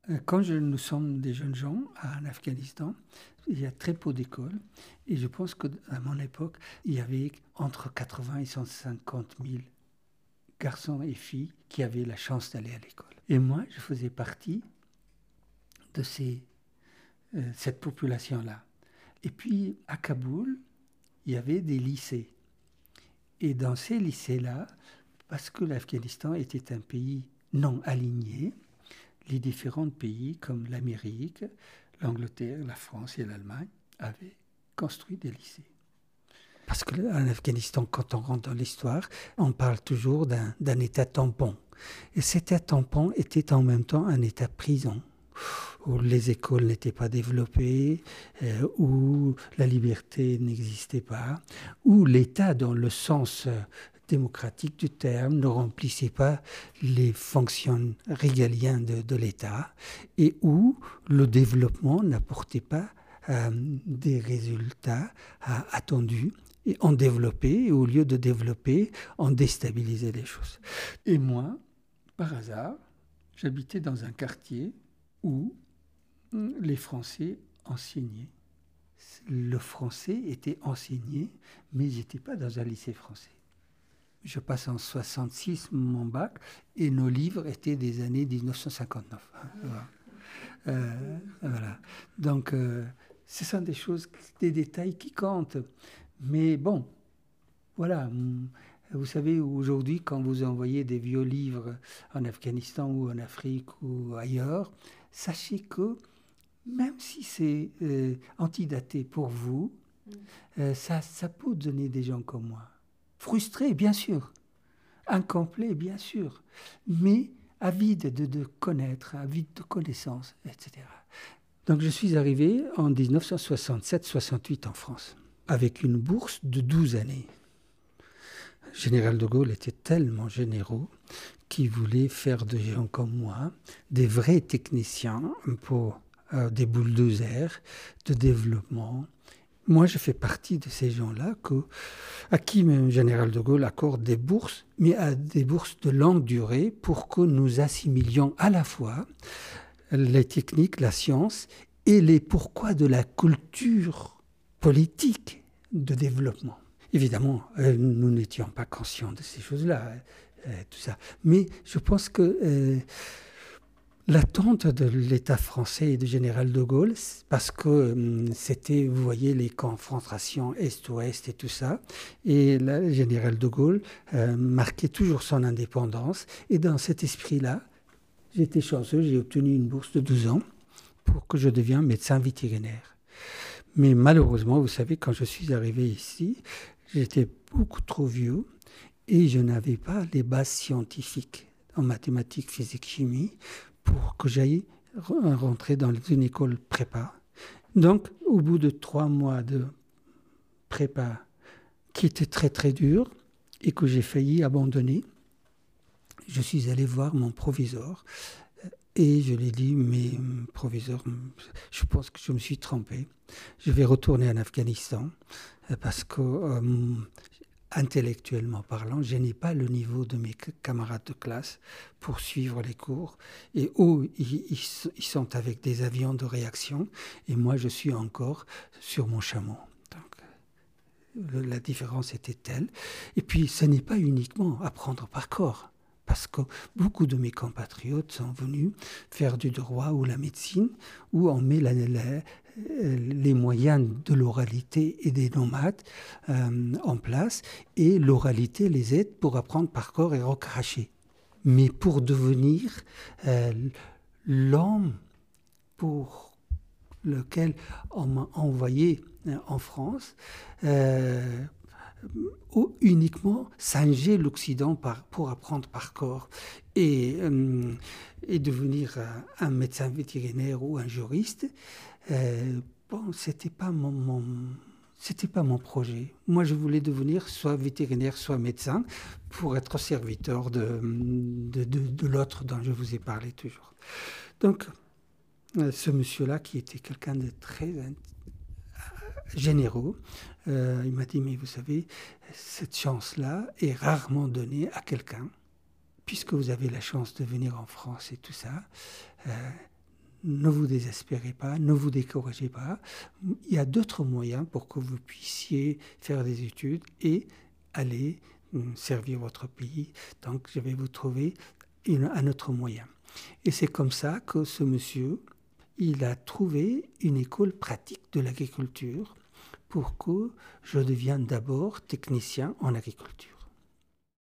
Nous sommes des jeunes gens en Afghanistan, il y a très peu d'écoles. Et je pense qu'à mon époque, il y avait entre 80 et 150 000 garçons et filles qui avaient la chance d'aller à l'école. Et moi, je faisais partie de cette population-là. Et puis, à Kaboul, il y avait des lycées. Et dans ces lycées-là, parce que l'Afghanistan était un pays non aligné, les différents pays comme l'Amérique, l'Angleterre, la France et l'Allemagne avaient construit des lycées. Parce qu'en Afghanistan, quand on rentre dans l'histoire, on parle toujours d'un État tampon. Et cet État tampon était en même temps un État prison, où les écoles n'étaient pas développées, où la liberté n'existait pas, où l'État, dans le sens démocratique du terme, ne remplissait pas les fonctions régaliennes de l'État, et où le développement n'apportait pas des résultats attendus. Et on développait, et au lieu de développer, on déstabilisait les choses. Et moi, par hasard, j'habitais dans un quartier où les Français enseignaient. Le français était enseigné, mais je n'étais pas dans un lycée français. Je passe en 66 mon bac et nos livres étaient des années 1959. Voilà. Donc, ce sont des choses, des détails qui comptent. Mais bon, voilà. Vous savez, aujourd'hui, quand vous envoyez des vieux livres en Afghanistan ou en Afrique ou ailleurs, sachez que même si c'est antidaté pour vous, ça peut donner des gens comme moi. Frustrés, bien sûr. Incomplets, bien sûr. Mais avides de connaître, avides de connaissances, etc. Donc je suis arrivé en 1967-68 en France, avec une bourse de 12 années. Général de Gaulle était tellement généreux qu'il voulait faire de gens comme moi des vrais techniciens pour des bulldozers de développement. Moi, je fais partie de ces gens-là à qui même Général de Gaulle accorde des bourses, mais à des bourses de longue durée pour que nous assimilions à la fois les techniques, la science et les pourquoi de la culture politique de développement. Évidemment, nous n'étions pas conscients de ces choses-là, tout ça. Mais je pense que l'attente de l'État français et du général de Gaulle, parce que c'était, vous voyez, les confrontations Est-Ouest et tout ça, et là, le général de Gaulle marquait toujours son indépendance. Et dans cet esprit-là, j'étais chanceux, j'ai obtenu une bourse de 12 ans pour que je devienne médecin vétérinaire. Mais malheureusement, vous savez, quand je suis arrivé ici, j'étais beaucoup trop vieux et je n'avais pas les bases scientifiques en mathématiques, physique, chimie pour que j'aille rentrer dans une école prépa. Donc, au bout de 3 mois de prépa qui était très très dur et que j'ai failli abandonner, je suis allé voir mon proviseur et je lui ai dit, mais proviseur, je pense que je me suis trompé. Je vais retourner en Afghanistan parce que, intellectuellement parlant, je n'ai pas le niveau de mes camarades de classe pour suivre les cours. Et eux, ils sont avec des avions de réaction et moi, je suis encore sur mon chameau. Donc, la différence était telle. Et puis, ce n'est pas uniquement apprendre par corps. Parce que beaucoup de mes compatriotes sont venus faire du droit ou la médecine, où on met les moyens de l'oralité et des nomades en place, et l'oralité les aide pour apprendre par corps et recracher. Mais pour devenir l'homme pour lequel on m'a envoyé en France, uniquement singer l'Occident pour apprendre par corps et devenir un médecin vétérinaire ou un juriste, c'était pas mon projet. Moi, je voulais devenir soit vétérinaire, soit médecin pour être serviteur de l'autre dont je vous ai parlé toujours. Donc, ce monsieur-là, qui était quelqu'un de très généreux, il m'a dit, mais vous savez, cette chance-là est rarement donnée à quelqu'un, puisque vous avez la chance de venir en France et tout ça, ne vous désespérez pas, ne vous découragez pas. Il y a d'autres moyens pour que vous puissiez faire des études et aller servir votre pays. Donc, je vais vous trouver un autre moyen. Et c'est comme ça que ce monsieur, il a trouvé une école pratique de l'agriculture pour que je devienne d'abord technicien en agriculture.